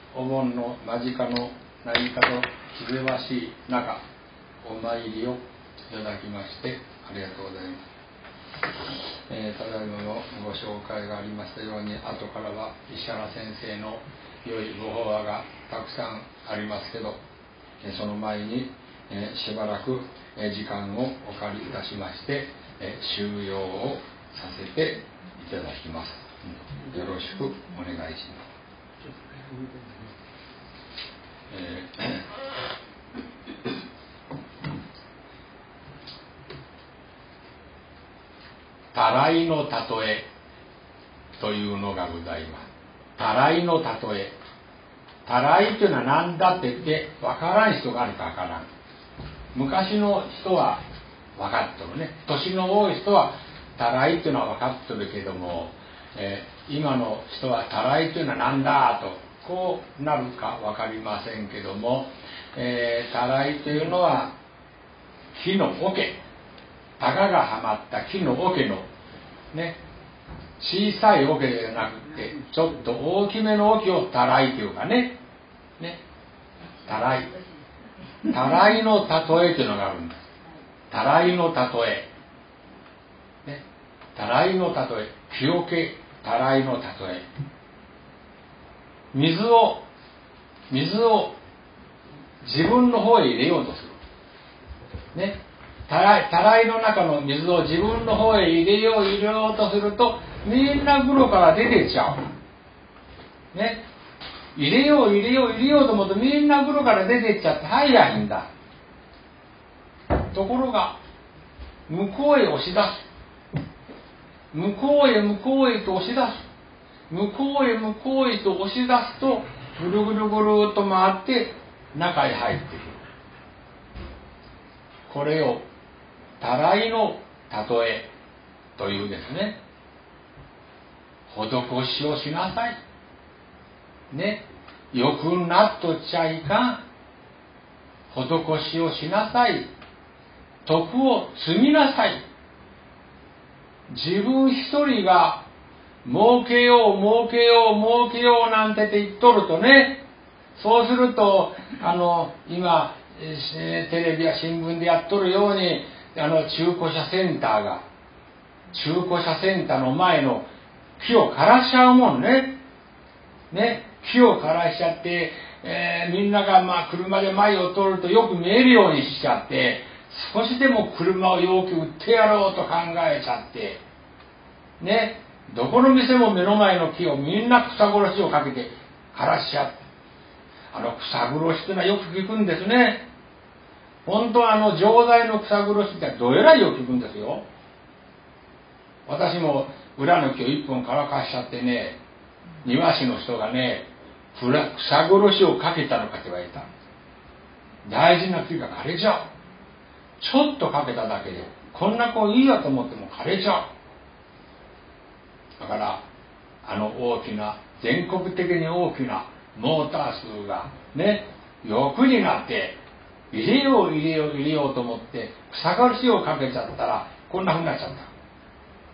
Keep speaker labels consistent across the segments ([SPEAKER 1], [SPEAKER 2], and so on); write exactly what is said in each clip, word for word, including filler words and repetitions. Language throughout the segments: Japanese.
[SPEAKER 1] お盆の間近の何かと気ぜわしい中、お参りをいただきましてありがとうございます。えー、ただいまのご紹介がありましたように、後からは石原先生の良いご法話がたくさんありますけど、その前に、えー、しばらく時間をお借りいたしまして、えー、終了をさせていただきます。よろしくお願いします。えー、たらいのたとえというのがございます。たらいのたとえ。たらいというのは何だって言って分からん人があるか分からん。昔の人は分かっとるね。年の多い人はたらいというのは分かっとるけども、えー、今の人はたらいというのは何だとこうなるか分かりませんけども、えー、たらいというのは木の桶、タガがはまった木の桶のね、小さい桶ではなくてちょっと大きめの桶をたらいというかね、ね、たらいたらいのたとえというのがあるんです。たらいのたとえ、ね、たらいのたとえ、木桶たらいのたとえ、水を水を自分の方へ入れようとする、ね、たらい、たらいの中の水を自分の方へ入れよう入れようとすると、みんな袋から出てっちゃう、ね、入れよう入れよう入れようと思うとみんな袋から出てっちゃって入らへんだ。ところが向こうへ押し出す、向こうへ向こうへと押し出す、向こうへ向こうへと押し出すとぐるぐるぐるっと回って中へ入ってくる。これをたらいのたとえというですね。施しをしなさいね、よくなっとっちゃいかん、施しをしなさい、徳を積みなさい。自分一人が儲けよう儲けよう儲けようなんてって言っとるとね、そうするとあの今テレビや新聞でやっとるように、あの中古車センターが中古車センターの前の木を枯らしちゃうもんね。ね、木を枯らしちゃって、えー、みんながまあ車で前を通るとよく見えるようにしちゃって、少しでも車をよく売ってやろうと考えちゃって、ね、どこの店も目の前の木をみんな草殺しをかけて枯らしちゃう。あの草殺しというのはよく聞くんですね。本当はあの錠剤の草殺しってどえらいよく聞くんですよ。私も裏の木を一本乾かしちゃってね、庭師の人がね、草殺しをかけたのかって言われた。大事な木が枯れちゃう。ちょっとかけただけでこんな子いいやと思っても枯れちゃう。だからあの大きな全国的に大きなモーター数がね、欲になって入れよう入れよう入れようと思って草刈りをかけちゃったらこんな風になっちゃった、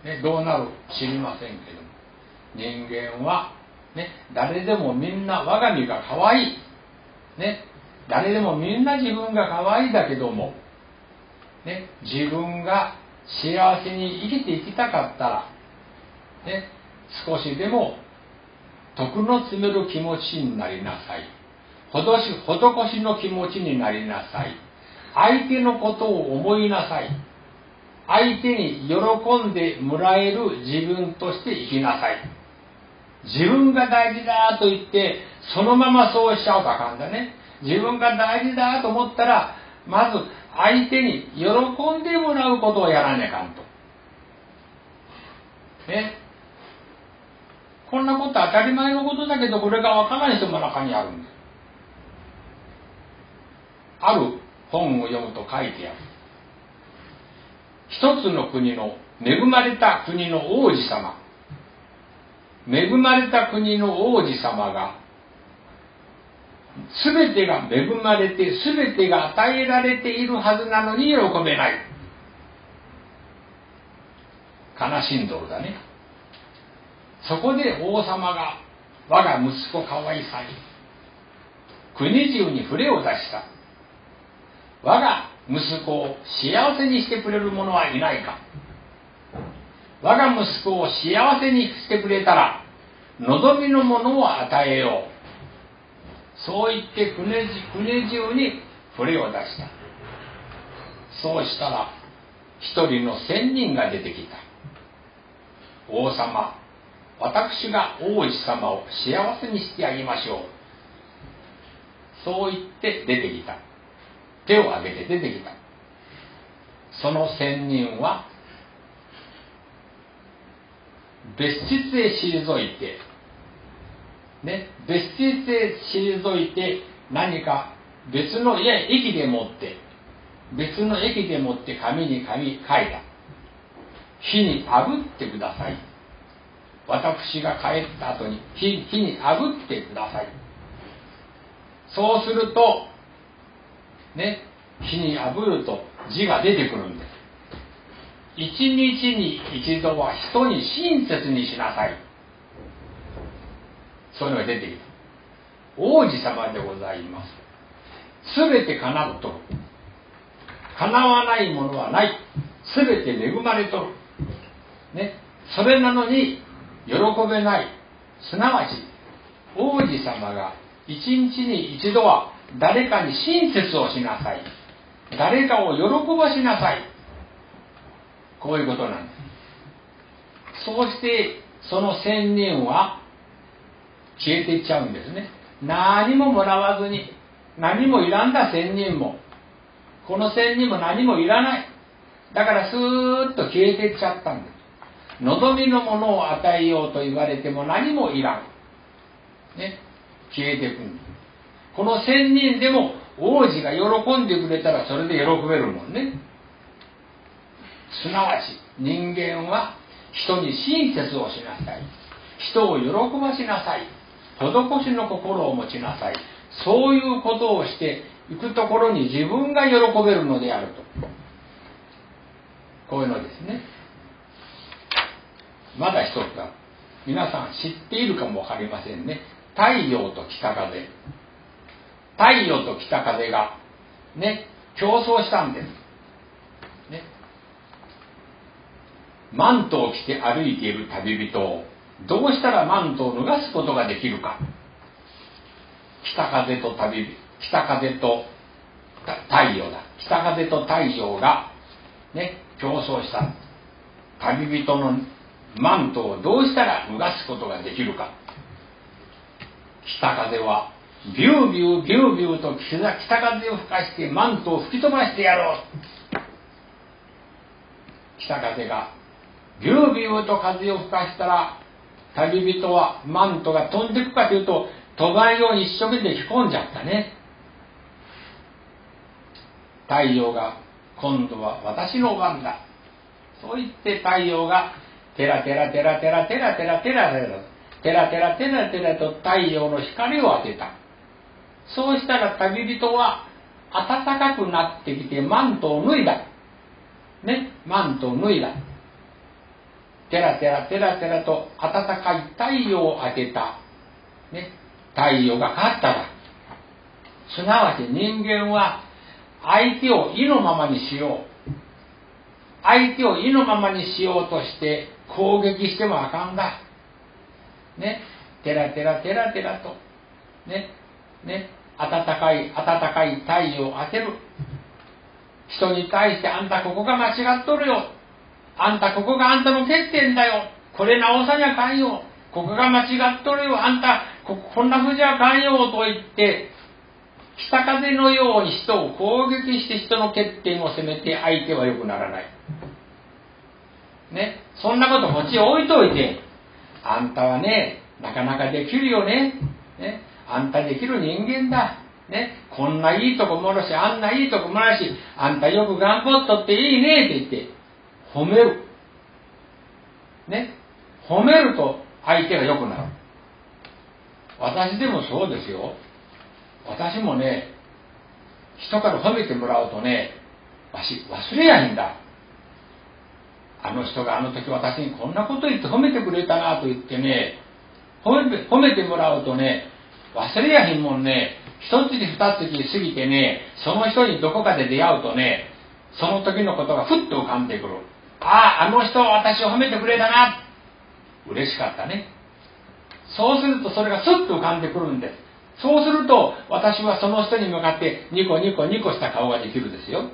[SPEAKER 1] ね、どうなる知りませんけども、人間は、ね、誰でもみんな我が身が可愛い、ね、誰でもみんな自分が可愛いだけども、ね、自分が幸せに生きていきたかったら、ね、少しでも徳の積める気持ちになりなさい。施しの気持ちになりなさい。相手のことを思いなさい。相手に喜んでもらえる自分として生きなさい。自分が大事だと言ってそのままそうしちゃうとあかんだね。自分が大事だと思ったらまず相手に喜んでもらうことをやらなきゃあかんとね。こんなこと当たり前のことだけど、これがわからない人も中にあるんです。ある本を読むと書いてある。一つの国の恵まれた国の王子様、恵まれた国の王子様が全てが恵まれて全てが与えられているはずなのに喜べない。悲しんどるだね。そこで王様が我が息子かわいさに国中に触れを出した。我が息子を幸せにしてくれる者はいないか。我が息子を幸せにしてくれたら望みのものを与えよう。そう言って国中に触れを出した。そうしたら一人の仙人が出てきた。王様、私が王子様を幸せにしてあげましょう。そう言って出てきた。手を挙げて出てきた。その仙人は別室へ退いて、ね、別室へ退いて何か別の家駅でもって別の駅でもって紙に紙書いた。火に炙ってください。私が帰った後に 火, 火に炙ってください。そうするとね、火に炙ると字が出てくるんです。一日に一度は人に親切にしなさい。そういうのが出てきた。王子様でございます。すべて叶っとる。叶わないものはない。すべて恵まれとる。ね、それなのに喜べない。すなわち王子様が一日に一度は誰かに親切をしなさい。誰かを喜ばしなさい。こういうことなんです。そうしてその仙人は消えていっちゃうんですね。何ももらわずに、何もいらんだ仙人も、この仙人も何もいらない。だからスーッと消えていっちゃったんです。望みのものを与えようと言われても何もいらん。ね、消えていくんです。この仙人でも王子が喜んでくれたらそれで喜べるもんね。すなわち人間は人に親切をしなさい。人を喜ばしなさい。施しの心を持ちなさい。そういうことをしていくところに自分が喜べるのであると。こういうのですね。まだ一つは皆さん知っているかもわかりませんね。太陽と北風。太陽と北風がね、競争したんです。ね、マントを着て歩いている旅人をどうしたらマントを脱がすことができるか。北風と旅北風と太陽だ。北風と太陽がね、競争した。旅人のマントをどうしたら脱がすことができるか。北風はビュービュービュービューと北風を吹かしてマントを吹き飛ばしてやろう。北風がビュービューと風を吹かしたら旅人はマントが飛んでいくかというと飛ばんように一生懸命着込んじゃったね。太陽が今度は私の番だ。そう言って太陽がテラテラテラテラテラテラテラテラテラテラテラテラと太陽の光を当てた。そうしたら旅人は暖かくなってきてマントを脱いだ。ね、マントを脱いだ。テラテラテラテラと暖かい太陽を当てた。ね、太陽が勝ったら。すなわち人間は相手を意のままにしよう。相手を意のままにしようとして攻撃してもあかんだ。ね、テラテラテラテラと。ね、ね、暖かい暖かい太陽を当てる。人に対してあんたここが間違っとるよ。あんたここがあんたの欠点だよ。これ直さにゃかんよ。ここが間違っとるよ。あんた こ, こんな風じゃかんよと言って北風のように人を攻撃して人の欠点を責めて相手は良くならない。ね、そんなことこっち置いといて、あんたはね、なかなかできるよね。ね、あんたできる人間だ。ね、こんないいとこもあるし、あんないいとこもあるし、あんたよく頑張っとっていいねって言って褒める。ね、褒めると相手が良くなる。私でもそうですよ。私もね、人から褒めてもらうとね、わし忘れやいんだ。あの人があの時私にこんなこと言って褒めてくれたなと言ってね、褒めて、褒めてもらうとね、 忘れやひんもんね。一月二月過ぎてね、その人にどこかで出会うとね、その時のことがふっと浮かんでくる。ああ、あの人は私を褒めてくれたな。嬉しかったね。そうするとそれがスッと浮かんでくるんです。そうすると私はその人に向かってニコニコニコした顔ができるですよ。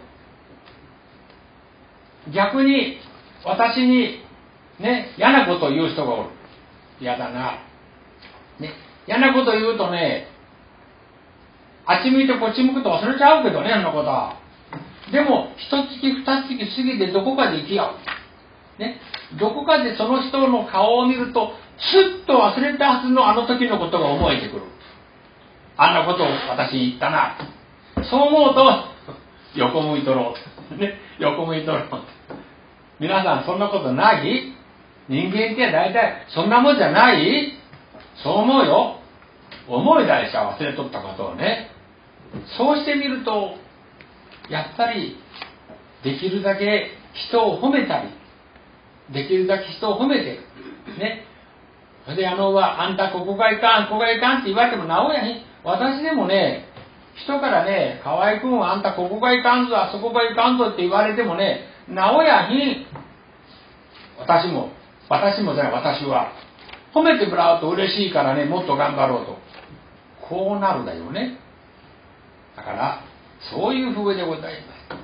[SPEAKER 1] 逆に私にね、嫌なことを言う人がおる。嫌だな。ね、嫌なこと言うとね、あっち向いてこっち向くと忘れちゃうけどね、あんなことは。でも一月二月過ぎてどこかで行き合う。ね、どこかでその人の顔を見るとすっと忘れたはずのあの時のことが思えてくる。あんなことを私に言ったな。そう思うと横向いとろう、ね、横向いとろう。皆さんそんなことない？人間って大体そんなもんじゃない？そう思うよ。思い出しちゃ忘れとったことをね。そうしてみるとやっぱりできるだけ人を褒めたり、できるだけ人を褒めてね。それであのはあんたここがいかんここがいかんって言われてもなおやに、私でもね、人からね、河合君あんたここがいかんぞあそこがいかんぞって言われてもね、なおやに私も私もじゃない私は褒めてもらうと嬉しいからね、もっと頑張ろうとこうなるだよね。だからそういう風でございます。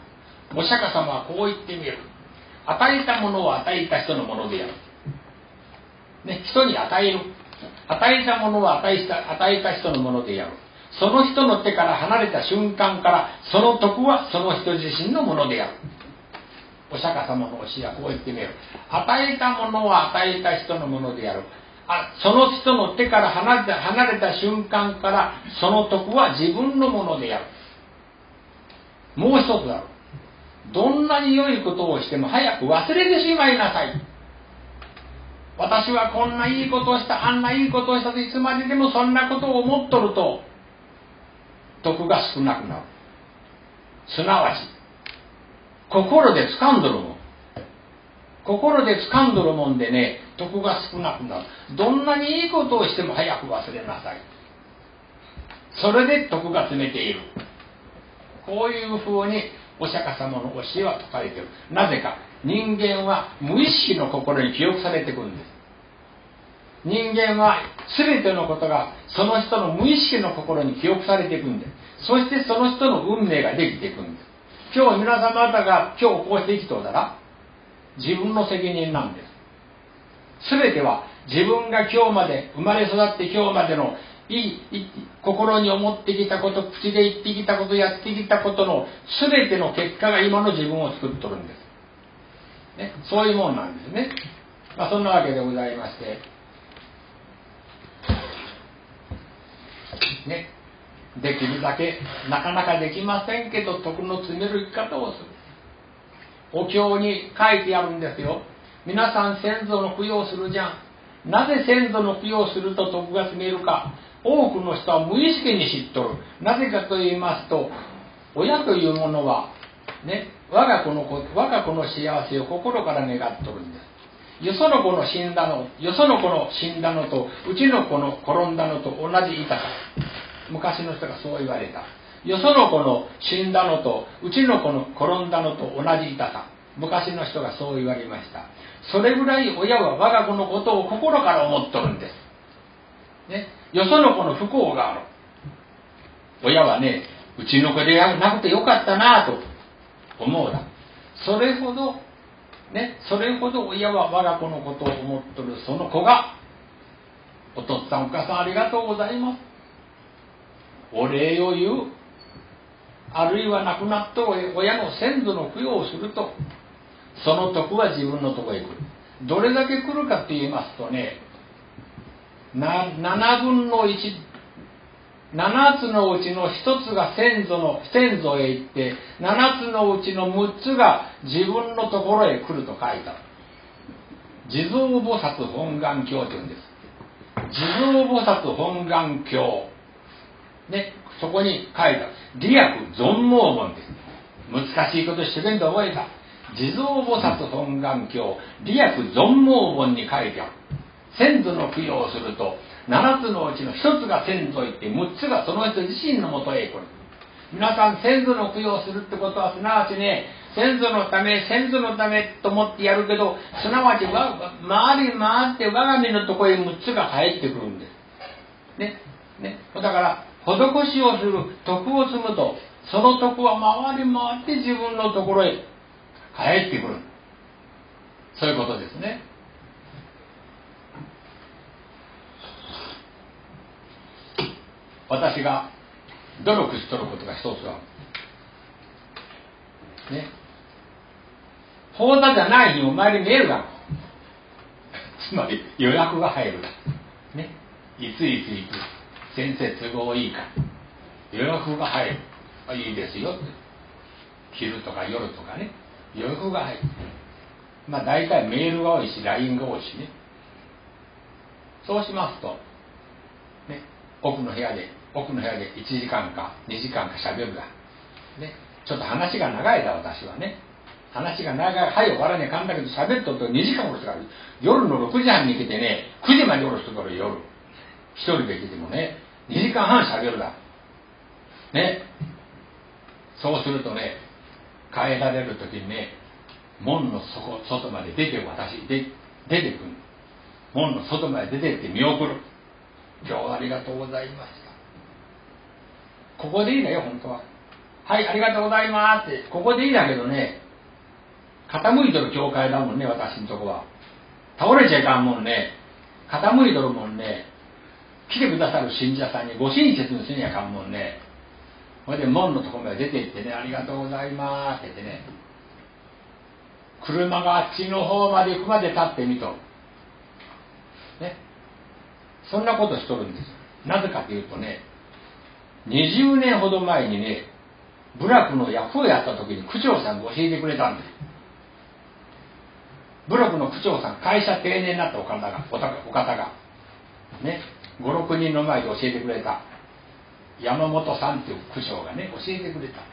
[SPEAKER 1] お釈迦様はこう言ってみる。与えたものを与えた人のものである。ね、人に与える。与えたものを与えた、与えた人のものである。その人の手から離れた瞬間からその徳はその人自身のものである。お釈迦様の教えはこう言ってみる。与えたものは与えた人のものである。あその人の手から離れた、離れた瞬間からその徳は自分のものである。もう一つだろう。どんなに良いことをしても早く忘れてしまいなさい。私はこんないいことをした、あんないいことをしたといつまででもそんなことを思っとると徳が少なくなる。すなわち心で掴んどるもん。心で掴んどるもんでね、徳が少なくなる。どんなにいいことをしても早く忘れなさい。それで徳が詰めている。こういうふうにお釈迦様の教えは説かれている。なぜか、人間は無意識の心に記憶されてくるんです。人間は全てのことがその人の無意識の心に記憶されていくんです。そしてその人の運命ができていくんです。今日皆様方が今日こうして生きとうだら自分の責任なんです。全ては自分が今日まで生まれ育って今日までのいい心に思ってきたこと、口で言ってきたこと、やってきたことの全ての結果が今の自分を作っとるんです、ね、そういうもんなんですね。まあそんなわけでございましてね、できるだけなかなかできませんけど徳の積める生き方をする。お経に書いてあるんですよ。皆さん先祖の供養するじゃん。なぜ先祖の供養すると徳が積めるか。多くの人は無意識に知っとる。なぜかと言いますと、親というものはね、我が子の我が子の幸せを心から願っとるんです。よその子の死んだの、よその子の死んだのとうちの子の転んだのと同じ痛さ。昔の人がそう言われた。よその子の死んだのとうちの子の転んだのと同じ痛さ。昔の人がそう言われました。それぐらい親は我が子のことを心から思っとるんです、ね、よその子の不幸がある。親はね、うちの子でなくてよかったなと思うだ。それほどね、それほど親は我が子のことを思っとる。その子がお父っつぁんお母さんありがとうございます、お礼を言う、あるいは亡くなった親の先祖の供養をするとその徳は自分のところへ来る。どれだけ来るかと言いますとね、なななぶんのいち、ななつのうちのひとつが先祖の先祖へ行ってななつのうちのむっつが自分のところへ来ると書いた。地蔵菩薩本願経というんです。地蔵菩薩本願経ね、そこに書いた利益存毛本です。難しいこと一生懸命覚えた。地蔵菩薩本願経利益存毛本に書いてある。先祖の供養をするとななつのうちのひとつが先祖行って、むっつがその人自身のもとへ来る。皆さん、先祖の供養をするってことは、すなわちね、先祖のため、先祖のためと思ってやるけど、すなわちわ回り回って我が身のところへむっつが帰ってくるんです。ね。ね。だから、施しをする、徳を積むと、その徳は回り回って自分のところへ帰ってくる。そういうことですね。私が努力しとることが一つは、ね。法座じゃない日お前に見えるが、つまり予約が入る。ね。いついついつ、先生都合いいか。予約が入る。あ、いいですよって。昼とか夜とかね。予約が入る。まあ大体メールが多いし、ライン が多いしね。そうしますと、ね、奥の部屋で、奥の部屋でいちじかんかにじかんか喋るだ。ね。ちょっと話が長いだ、私はね。話が長い。はい、終わらねえかんだけど喋っとるとにじかんおろすから、夜のろくじはんに来てね、くじまでおろすところ夜。一人で来てもね、にじかんはん喋るだ。ね。そうするとね、帰られるときにね、門の底外まで出て私で出てくる。門の外まで出てって見送る。今日はありがとうございました。ここでいいだよ、本当は。はい、ありがとうございますって、ここでいいだけどね、傾いとる教会だもんね、私のとこは。倒れちゃいかんもんね。傾いとるもんね。来てくださる信者さんにご親切にせんやかんもんね。それで門のところまで出て行ってね、ありがとうございますって言ってね、車があっちの方まで行くまで立ってみと。ね。そんなことしとるんです。なぜかというとね、にじゅうねんほど前にね、部落の役をやった時に区長さんが教えてくれたんです。部落の区長さん、会社定年になったお方が、お方が、ね、ご、ろくにんの前で教えてくれた。山本さんっていう区長がね、教えてくれた。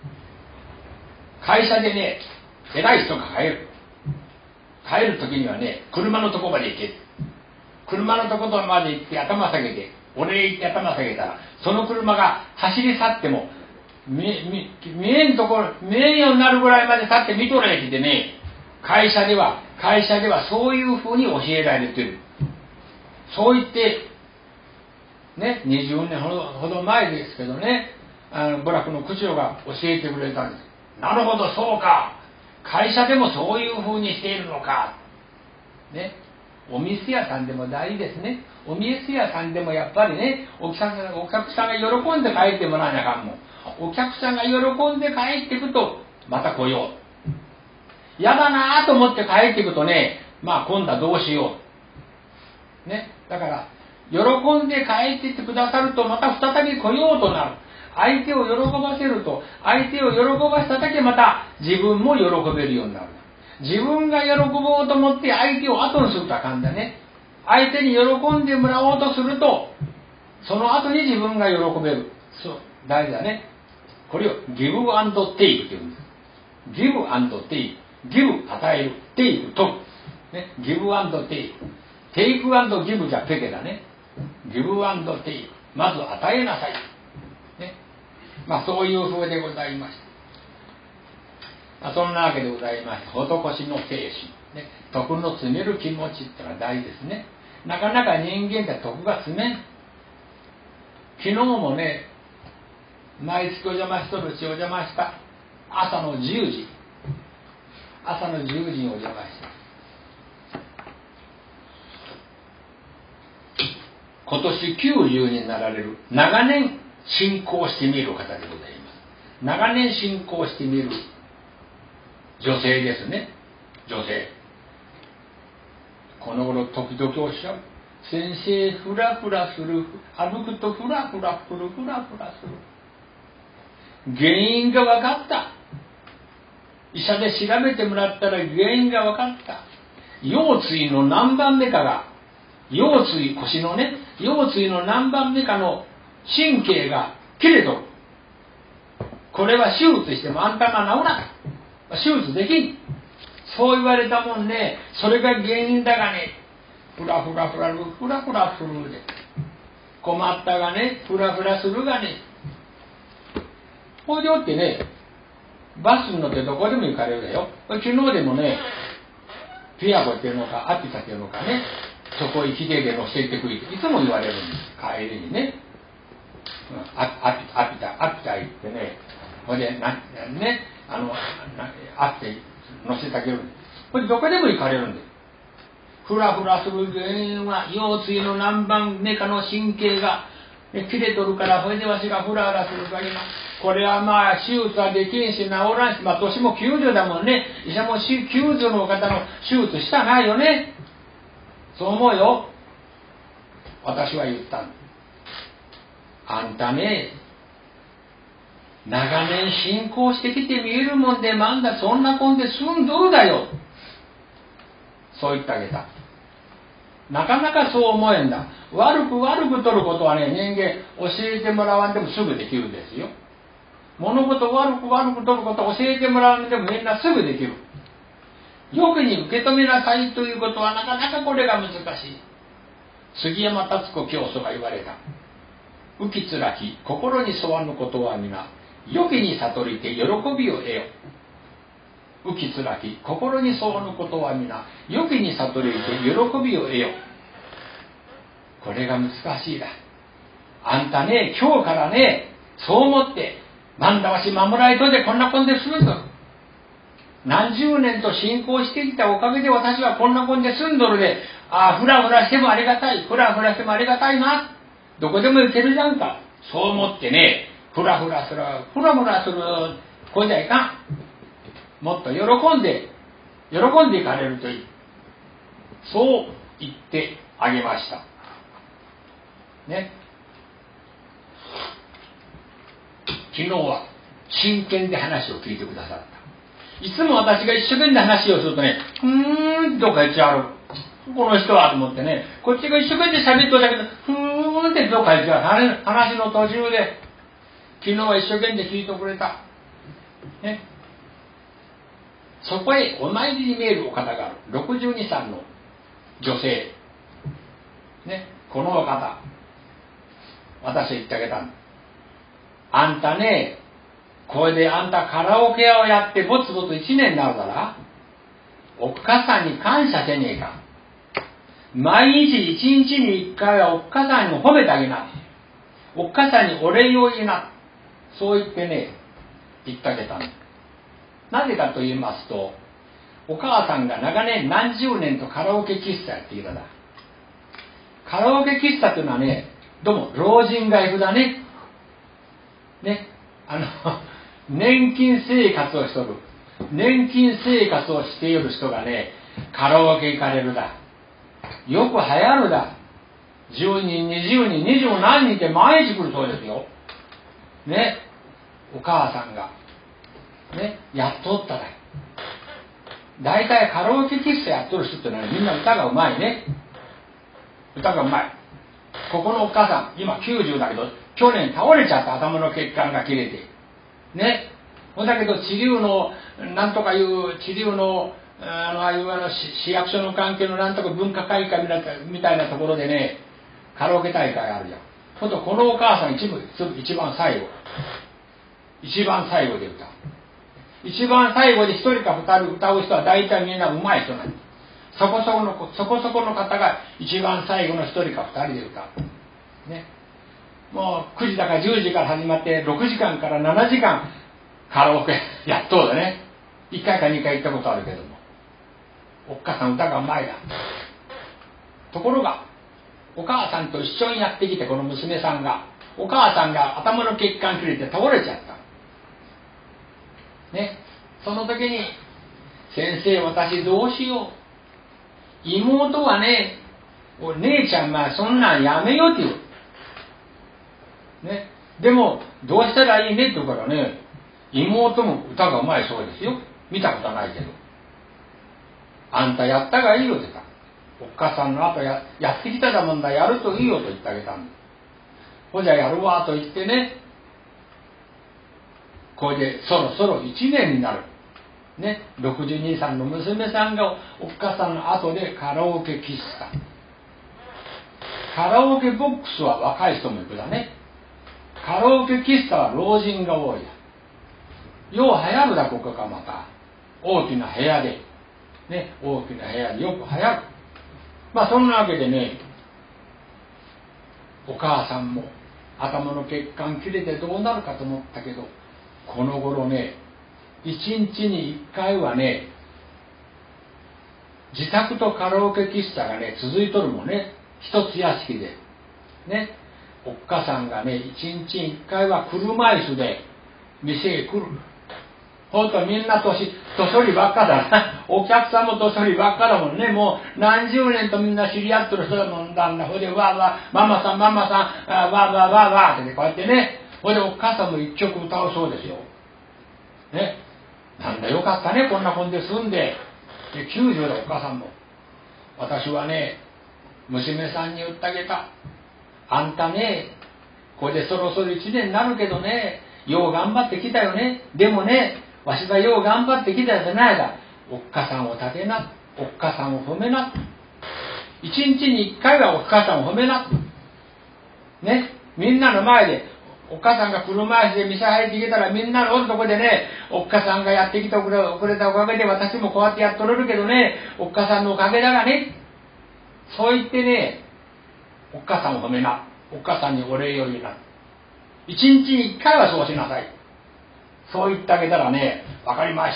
[SPEAKER 1] 会社でね、偉い人が帰る。帰る時にはね、車のとこまで行け。車のとこまで行って頭下げて、お礼行って頭下げたら、その車が走り去っても、見, 見, 見えんところ、見えんようになるぐらいまで立って見とれってね、会社では、会社ではそういうふうに教えられてる。そう言って、ね、にじゅうねんほど、ほど前ですけどね、あの部落の区長が教えてくれたんです。なるほど、そうか。会社でもそういうふうにしているのか。ね。お店屋さんでも大事ですね。お店屋さんでもやっぱりね、お客さんが、お客さんが喜んで帰ってもらわなあかんもん。お客さんが喜んで帰っていくと、また来よう。嫌だなぁと思って帰っていくとね、まあ今度はどうしよう。ね。だから、喜んで帰っていってくださると、また再び来ようとなる。相手を喜ばせると、相手を喜ばせただけまた自分も喜べるようになる。自分が喜ぼうと思って相手を後にするとあかんだね。相手に喜んでもらおうとすると、その後に自分が喜べる。そう、大事だね。これをギブアンドテイクというんです。ギブアンドテイク。ギブ、与える。テイク、取る。ね。ギブアンドテイク。テイクアンドギブじゃペケだね。ギブアンドテイク。まず与えなさい。ね。まあそういう風でございました。まあ、そんなわけでございまして、施しの精神、ね、徳の積める気持ちってのは大事ですね。なかなか人間って徳が積めん。昨日もね、毎月お邪魔しとるうちお邪魔した。朝のじゅうじ。朝のじゅうじにお邪魔した。今年きゅうじゅうになられる、長年信仰してみる方でございます。長年信仰してみる女性ですね。女性。この頃時々おっしゃる。先生、フラフラする。歩くとフラフラする、フラフラする。原因が分かった。医者で調べてもらったら原因が分かった。腰椎の何番目かが、腰椎、腰のね、腰椎の何番目かの神経が切れとる。これは手術してもあんたが治らない。手術できん。そう言われたもんね、それが原因だがね、フラフラフラフラフラフラで。 困ったがね、フラフラするがね。こうよってね、バスに乗ってどこでも行かれるだよ。昨日でもね、ピアゴっていうのか、アピタっていうのかね、そこへ来てで乗せてくれっていつも言われるんです。帰りにね。アピタ、アピタ、アピタ行ってね、ほいで、な、ね、あの、アピタ乗せてあげるんです。これどこでも行かれるんです。フラフラする原因は腰椎の何番目かの神経が、ね、切れとるから、それでわしがフラフラするからな。これはまあ手術はできんし治らんし、まあ年もきゅうじゅうだもんね。医者もきゅうじゅうの方の手術したないよね。そう思うよ。私は言ったんです。あんたね、長年信仰してきて見えるもんで、まんだそんなこんで済んどるだよ。そう言ってあげた。なかなかそう思えんだ。悪く悪く取ることはね、人間教えてもらわんでもすぐできるんですよ。物事悪く悪く取ることを教えてもらわんでもみんなすぐできる。よくに受け止めなさいということはなかなかこれが難しい。杉山達子教祖が言われた。浮きつらき心に沿わぬことは皆良きに悟りて喜びを得よ。浮きつらき心に沿わぬことは皆良きに悟りて喜びを得よ。これが難しいだ。あんたね、今日からね、そう思ってなんだわし守られとでこんなこんで済むぞ。何十年と信仰してきたおかげで私はこんなこんで済んどるで、ああフラフラしてもありがたい、フラフラしてもありがたいな、どこでも行けるじゃんか。そう思ってね、フラフラするフラフラする子じゃいかん。もっと喜んで喜んでいかれるといい。そう言ってあげましたね。昨日は真剣で話を聞いてくださった。いつも私が一生懸命話をするとね、うーんとか言っちゃう。この人はと思ってね、こっちが一生懸命喋っとるだけど、ふーんってどっか言っちゃう。話の途中で、昨日は一生懸命聞いてくれた。ね。そこへお参りに見えるお方がある。ろくじゅうにさいの女性。ね。このお方。私は言ってあげたんだ。あんたね、これであんたカラオケ屋をやってぼつぼついちねんになるから、おっかさんに感謝せねえか。毎日いちにちにいっかいはおっかさんに褒めてあげな。おっかさんにお礼を言いな。そう言ってね、言ってあげたの。なぜかと言いますと、お母さんが長年何十年とカラオケ喫茶やってきたんだ。カラオケ喫茶というのはね、どうも老人街風だね。ね、あの、年金生活をしとる。年金生活をしている人がね、カラオケ行かれるだ。よく流行るだ。じゅうにん、にじゅうにん、にじゅう何人って毎日来るそうですよ。ね、お母さんが。ね、やっとっただ。大体カラオケ喫茶やっとる人ってのはみんな歌がうまいね。歌がうまい。ここのお母さん、今きゅうじゅうだけど、去年倒れちゃった。頭の血管が切れて。ね。ほんだけど、治療の、なんとかいう、治療の、あの、ああいうあの市役所の関係のなんとか文化会館みたいなところでね、カラオケ大会あるじゃん。ほんと、このお母さん一部、一番最後。一番最後で歌う。一番最後で一人か二人歌う人は大体みんな上手い人なんです。そこそこの、そこそこの方が一番最後の一人か二人で歌う。ね。もうくじだからじゅうじから始まってろくじかんからななじかんカラオケやっとうだね。いっかいかにかい行ったことあるけども。おっかさん歌がうまいだ。ところが、お母さんと一緒にやってきてこの娘さんが、お母さんが頭の血管切れて倒れちゃった。ね。その時に、先生私どうしよう。妹はね、お姉ちゃんまあそんなんやめようって言う。ね。でも、どうしたらいいねって言うからね、妹も歌がうまいそうですよ。見たことはないけど。あんたやったがいいよって言った。おっかさんの後 や, やってきただもんだ、やるといいよと言ってあげたんだ。ほじゃやるわと言ってね、これでそろそろいちねんになる。ね、ろくじゅうにさいの娘さんがおっかさんの後でカラオケ喫茶。 カラオケボックスは若い人も行くだね。カラオケ喫茶は老人が多いだ。よう流行るだ、ここがまた。大きな部屋で。ね、大きな部屋でよく流行る。まあそんなわけでね、お母さんも頭の血管切れてどうなるかと思ったけど、この頃ね、一日に一回はね、自宅とカラオケ喫茶がね、続いとるもんね。一つ屋敷で。ね。おっかさんがね、一日に一回は車椅子で店へ来る。ほんとみんな年、年寄りばっかだな。お客さんも年寄りばっかだもんね。もう何十年とみんな知り合ってる人だもんだんだ。ほいで、わーわー、ママさん、ママさん、あーわーわーわーわーってね、こうやってね。ほいで、お母さんも一曲歌うそうですよ。ね。なんだよかったね、こんな本で住んで。で、きゅうじゅうでお母さんも。私はね、娘さんに言ってあげた。あんたね、これでそろそろいちねんになるけどね、よう頑張ってきたよね。でもね、わしがよう頑張ってきたじゃないか。おっかさんを立てな。おっかさんを褒めな。一日に一回はおっかさんを褒めな。ね、みんなの前で、おっかさんが車椅子で店入ってきたらみんなのおるとこでね、おっかさんがやってきてくれ、遅れたおかげで私もこうやってやっとれるけどね、おっかさんのおかげだがね、そう言ってね、おっかさんを褒めな。おっかさんにお礼を言うな。一日に一回はそうしなさい。そう言ってあげたらね、わかりました。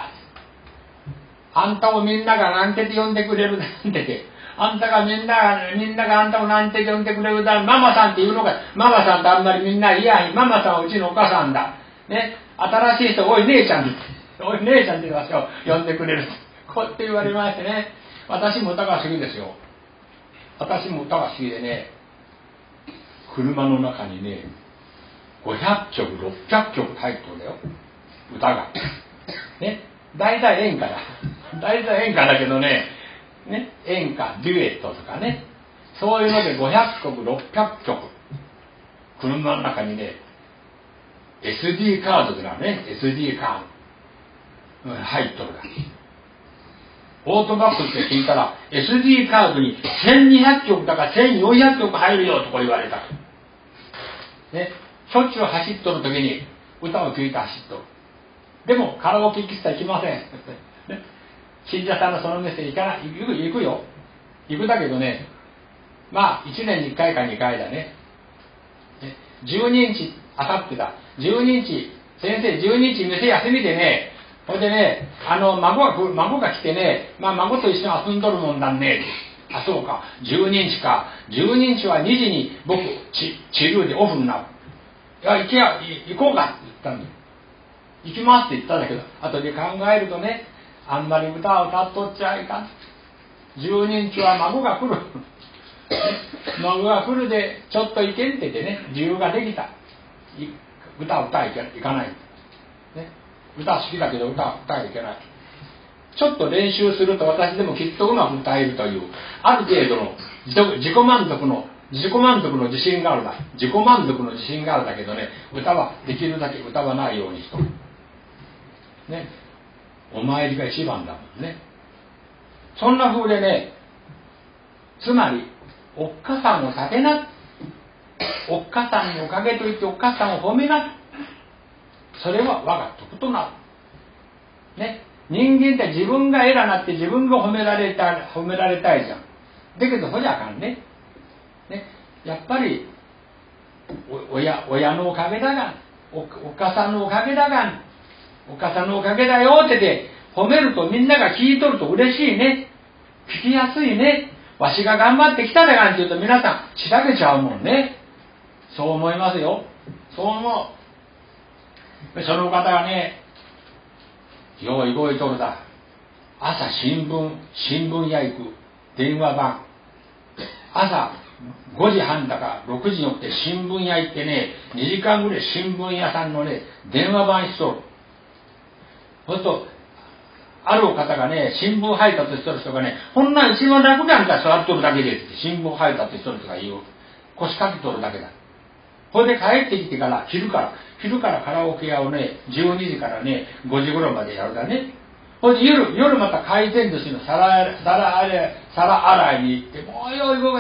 [SPEAKER 1] あんたをみんながなんてて呼んでくれるなんてて。あんたがみんなが、みんながあんたをなんて呼んでくれるだ。ママさんって言うのか。ママさんってあんまりみんないや、ママさんはうちのお母さんだ。ね。新しい人、おい姉ちゃんって。おい姉ちゃんって私を呼んでくれる。こうやって言われましてね。私も歌が好きですよ。私も歌が好きでね。車の中にね、ごひゃっきょく、ろっぴゃっきょく入ってるんだよ。歌が。ね。大体演歌だ。大体演歌だけどね、ね、演歌、デュエットとかね、そういうのでごひゃっきょく、ろっぴゃっきょく。車の中にね、エスディー カードでなね、エスディー カード。うん、入っとるだけ。オートバックって聞いたら、エスディー カードにせんにひゃっきょくだからせんよんひゃっきょく入るよとか言われた。ね、しょっちゅう走っとる時に歌を聴いて走っとる。でもカラオケ喫茶行きません。ね、信者さんのその店行かない、行く、行くよ。行くだけどね、まあいちねんにいっかいかにかいだね。ね、じゅうににち、あさってだ。じゅうににち、先生じゅうににち店休みでね、ほいでね、あの、孫が、孫が来てね、まあ孫と一緒に遊んどるもんだね。あ、そうか、じゅうににちか。じゅうににちはにじに僕、ち、チルーでオフになる。いや、行けや、行こうかって言ったんだよ。行きますって言ったんだけど、後で考えるとね、あんまり歌を歌っとっちゃいかん。じゅうににちは孫が来る。孫が来るで、ちょっと行けんって言ってね、理由ができた。歌を歌いけかない。ね、歌好きだけど歌を歌いけない。ちょっと練習すると私でもきっとうまく歌えるという、ある程度の自己満足の、自己満足の自信があるだ。自己満足の自信があるだけどね、歌はできるだけ歌わないようにしとる。ね。お参りが一番だもんね。そんな風でね、つまり、おっかさんを立てな。おっかさんのおかげと言っておっかさんを褒めな。それは我が徳となる。ね。人間って自分が偉なって自分が褒められたい、褒められたいじゃん。だけど、そりゃあかんね。ね。やっぱり、お親、親のおかげだがん。お、おっかさんのおかげだがん。おっかさんのおかげだよってで褒めるとみんなが聞いとると嬉しいね。聞きやすいね。わしが頑張ってきただなんて言うと皆さん調べちゃうもんね。そう思いますよ。そう思う。その方がね、よい動いとるだ。朝新聞、新聞屋行く。電話番。朝ごじはんだかろくじに起きて新聞屋行ってね、にじかんぐらい新聞屋さんのね、電話番しとる。そうすると、あるお方がね、新聞配達しとる人がね、こんなん一番楽なんか座っとるだけでって、新聞配達しとる人が言う。腰掛けとるだけだ。これで帰ってきてから、昼から、昼からカラオケ屋をね、じゅうにじからね、ごじ頃までやるだね。ほいで夜、夜また回転寿司の皿、皿洗い、皿洗いに行って、もうよいごめん、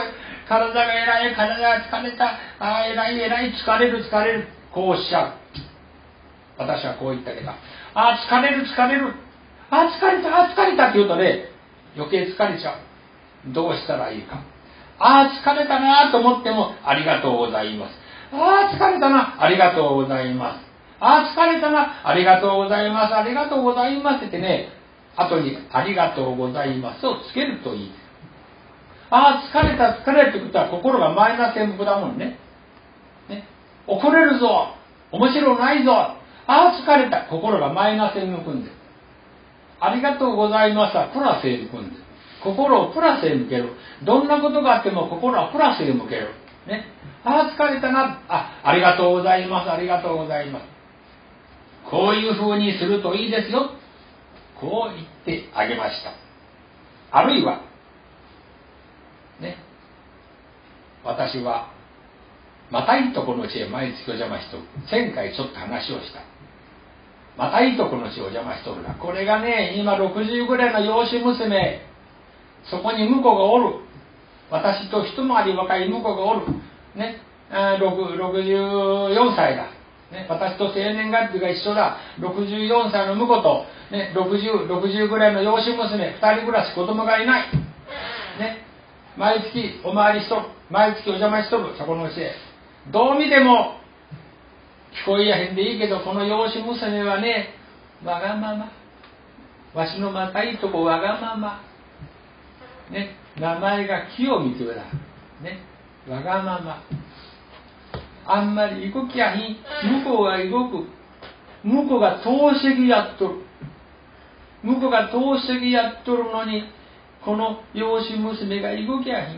[SPEAKER 1] 体が偉い、体が疲れた、ああ、偉い、偉い、疲れる、疲れる。こうおっしゃる。私はこう言ったけど、ああ、疲れる、疲れる。ああ、疲れた、ああ、疲れたって言うとね、余計疲れちゃう。どうしたらいいか。ああ、疲れたなと思っても、ありがとうございます。ああ、疲れたな、ありがとうございます。ああ、疲れたな、ありがとうございます、ありがとうございますって言ってね、後にありがとうございますをつけるといい。ああ、疲れた、疲れるってことは心がマイナス線向くだもんね。ね、怒れるぞ、面白ないぞ、ああ、疲れた、心がマイナスへ向くんです。ありがとうございますはプラスへ向くんです。心をプラスへ向ける。どんなことがあっても心はプラスへ向ける。ね、ああ、疲れたな、あ、ありがとうございます、ありがとうございます。こういう風にするといいですよ。こう言ってあげました。あるいは、ね、私は、またいとこの地へ毎月お邪魔しとる。前回ちょっと話をした。またいとこの地へお邪魔しとるな。これがね、今ろくじゅうぐらいの養子娘、そこに婿がおる。私と一回り若い婿がおる。ね、ろくじゅうよんさいだ。ね、私と生年月日が一緒だ。ろくじゅうよんさいの婿と、ね、60、ろくじゅうぐらいの養子娘、ふたり暮らし、子供がいない。ね、毎月お参りしとる。毎月お邪魔しとる、そこの家へ。どう見ても、聞こえやへんでいいけど、この養子娘はね、わがまま。わしのまたいとこわがまま。ね、名前が清美というだ。ね、わがまま。あんまり動きやひん。向こうが動く。向こうが投石やっとる。向こうが投石やっとるのに、この養子娘が動きやひん。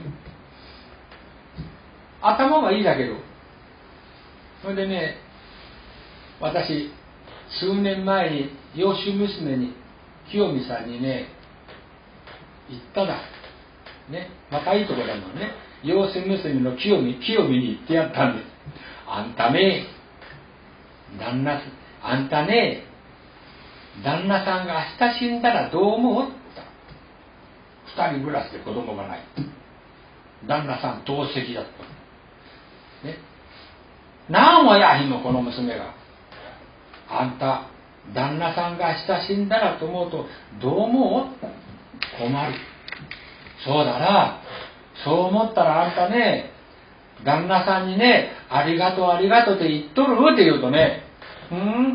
[SPEAKER 1] 頭はいいだけど。それでね、私、数年前に養子娘に、清美さんにね、言っただ。ね、若いところだもんね。養子娘の清美、清美に言ってやったんです。あんたね、旦那、あんたね、旦那さんが明日死んだらどう思うって言った。二人暮らしで子供がない。旦那さん透析だった。ね。何もやひんの、この娘が。あんた、旦那さんが明日死んだらと思うと、どう思う？困る。そうだな。そう思ったらあんたね、旦那さんにね、ありがとうありがとうって言っとるって言うとね、うん、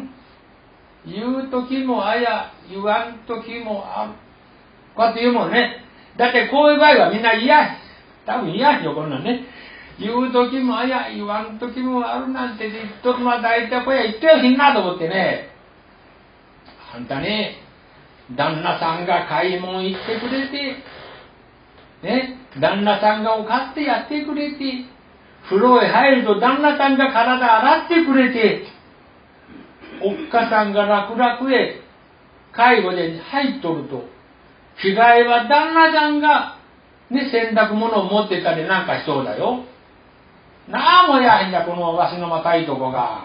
[SPEAKER 1] 言う時もあや、言わん時もある。こうやって言うもんね。だってこういう場合はみんな嫌、多分嫌よ、こんなんね。言う時もあや、言わん時もあるなんて言っとるのは大体これ言ってよしんなと思ってね。あんたね、旦那さんが買い物行ってくれて、ね、旦那さんがお買ってやってくれて、風呂へ入ると旦那さんが体洗ってくれて、おっかさんが楽々へ介護で入っとると、着替えは旦那さんが、ね、洗濯物を持ってたりなんかしそうだよ。なあもやへんだ、このわしのまたいとこが。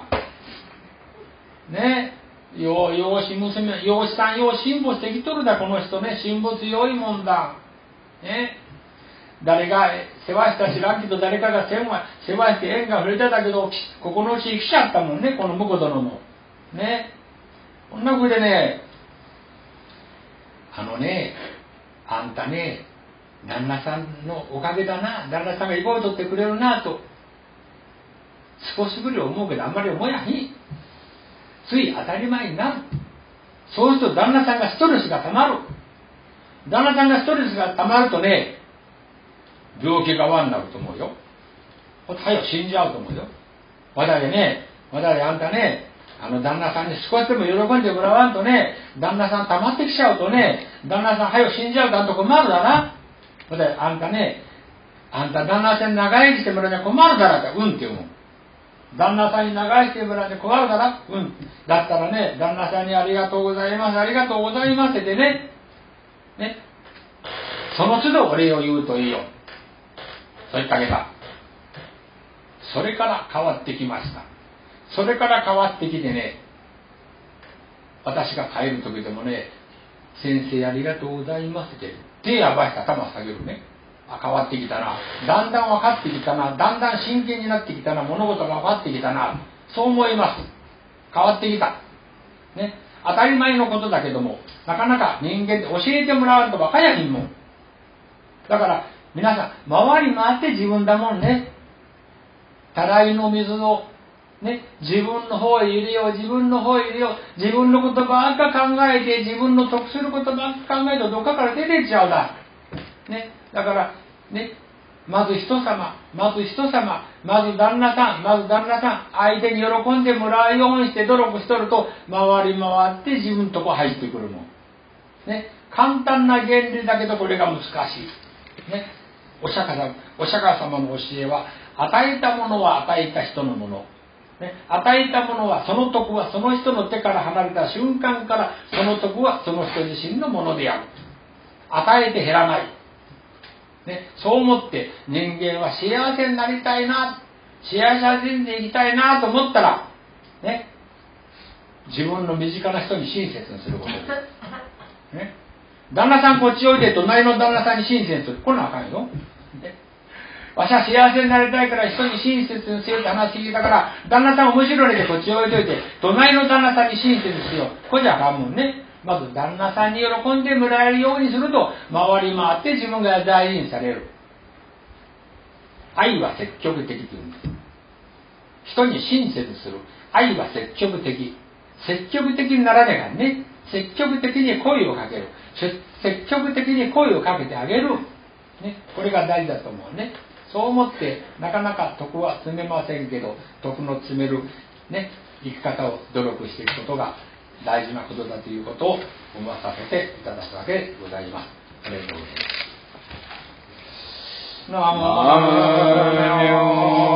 [SPEAKER 1] ね、養子娘、養子さんよう辛抱してきとるだ、この人ね、辛抱強いもんだ。ね。誰が世話した知らんけど、誰かが世話世話して縁が触れてたけど、ここのうち来ちゃったもんね、この婿殿も。ね。こんな風でね、あのね、あんたね、旦那さんのおかげだな、旦那さんがイボを取ってくれるなと、少しぶり思うけど、あんまり思やひん。つい当たり前になる。そうすると旦那さんがストレスがたまる。旦那さんがストレスがたまるとね、病気が悪になると思うよ。はよ死んじゃうと思うよ。わだでね、わだであんたね、あの旦那さんに少しでも喜んでもらわんとね、旦那さん溜まってきちゃうとね、旦那さんはよ死んじゃうだと困るだな。わだであんたね、あんた旦那さんに長生きしてもらうには困るだらって、うんって言うもん。旦那さんに長生きしてもらうには困るだら、うん。だったらね、旦那さんにありがとうございます、ありがとうございますってね、ね、その都度お礼を言うといいよ。そう言ってあげた。それから変わってきました。それから変わってきてね、私が帰る時でもね、先生ありがとうございますって手合わせて頭下げるね。 あ、変わってきたな、だんだん分かってきたな、だんだん真剣になってきたな、物事が分かってきたな、そう思います。変わってきた、ね、当たり前のことだけども、なかなか人間って教えてもらわんとばかやにんもん。だから皆さん、回り回って自分だもんね。たらいの水を、ね、自分の方へ入れよう、自分の方へ入れよう、自分のことばっか考えて、自分の得することばっか考えるとどっかから出てっちゃうだ、ね、だからね、まず人様、まず人様、まず旦那さん、まず旦那さん、相手に喜んでもらうようにして努力しとると、回り回って自分のとこ入ってくるもん。ね、簡単な原理だけどこれが難しい。ね、お釈迦様、お釈迦様の教えは、与えたものは与えた人のもの。ね、与えたものは、その徳はその人の手から離れた瞬間から、その徳はその人自身のものである。与えて減らない。ね、そう思って人間は幸せになりたいな、幸せでいきたいなと思ったら、ね、自分の身近な人に親切にすることです。ね、旦那さんこっちおいで、隣の旦那さんに親切にする。こんなんあかんよ。ね、わしは幸せになりたいから人に親切にせよって話聞いたから、旦那さん面白いでこっち置いといて、隣の旦那さんに親切にしよう。これじゃあかんもんね。まず旦那さんに喜んでもらえるようにすると、回り回って自分が大事にされる。愛は積極的って言うんです。人に親切する。愛は積極的。積極的にならねえからね。積極的に声をかける。積極的に声をかけてあげる。ね、これが大事だと思うね。そう思ってなかなか徳は積めませんけど、徳の積める、ね、生き方を努力していくことが大事なことだということを思わさせていただくわけでございます。ありがとうございます。ナモ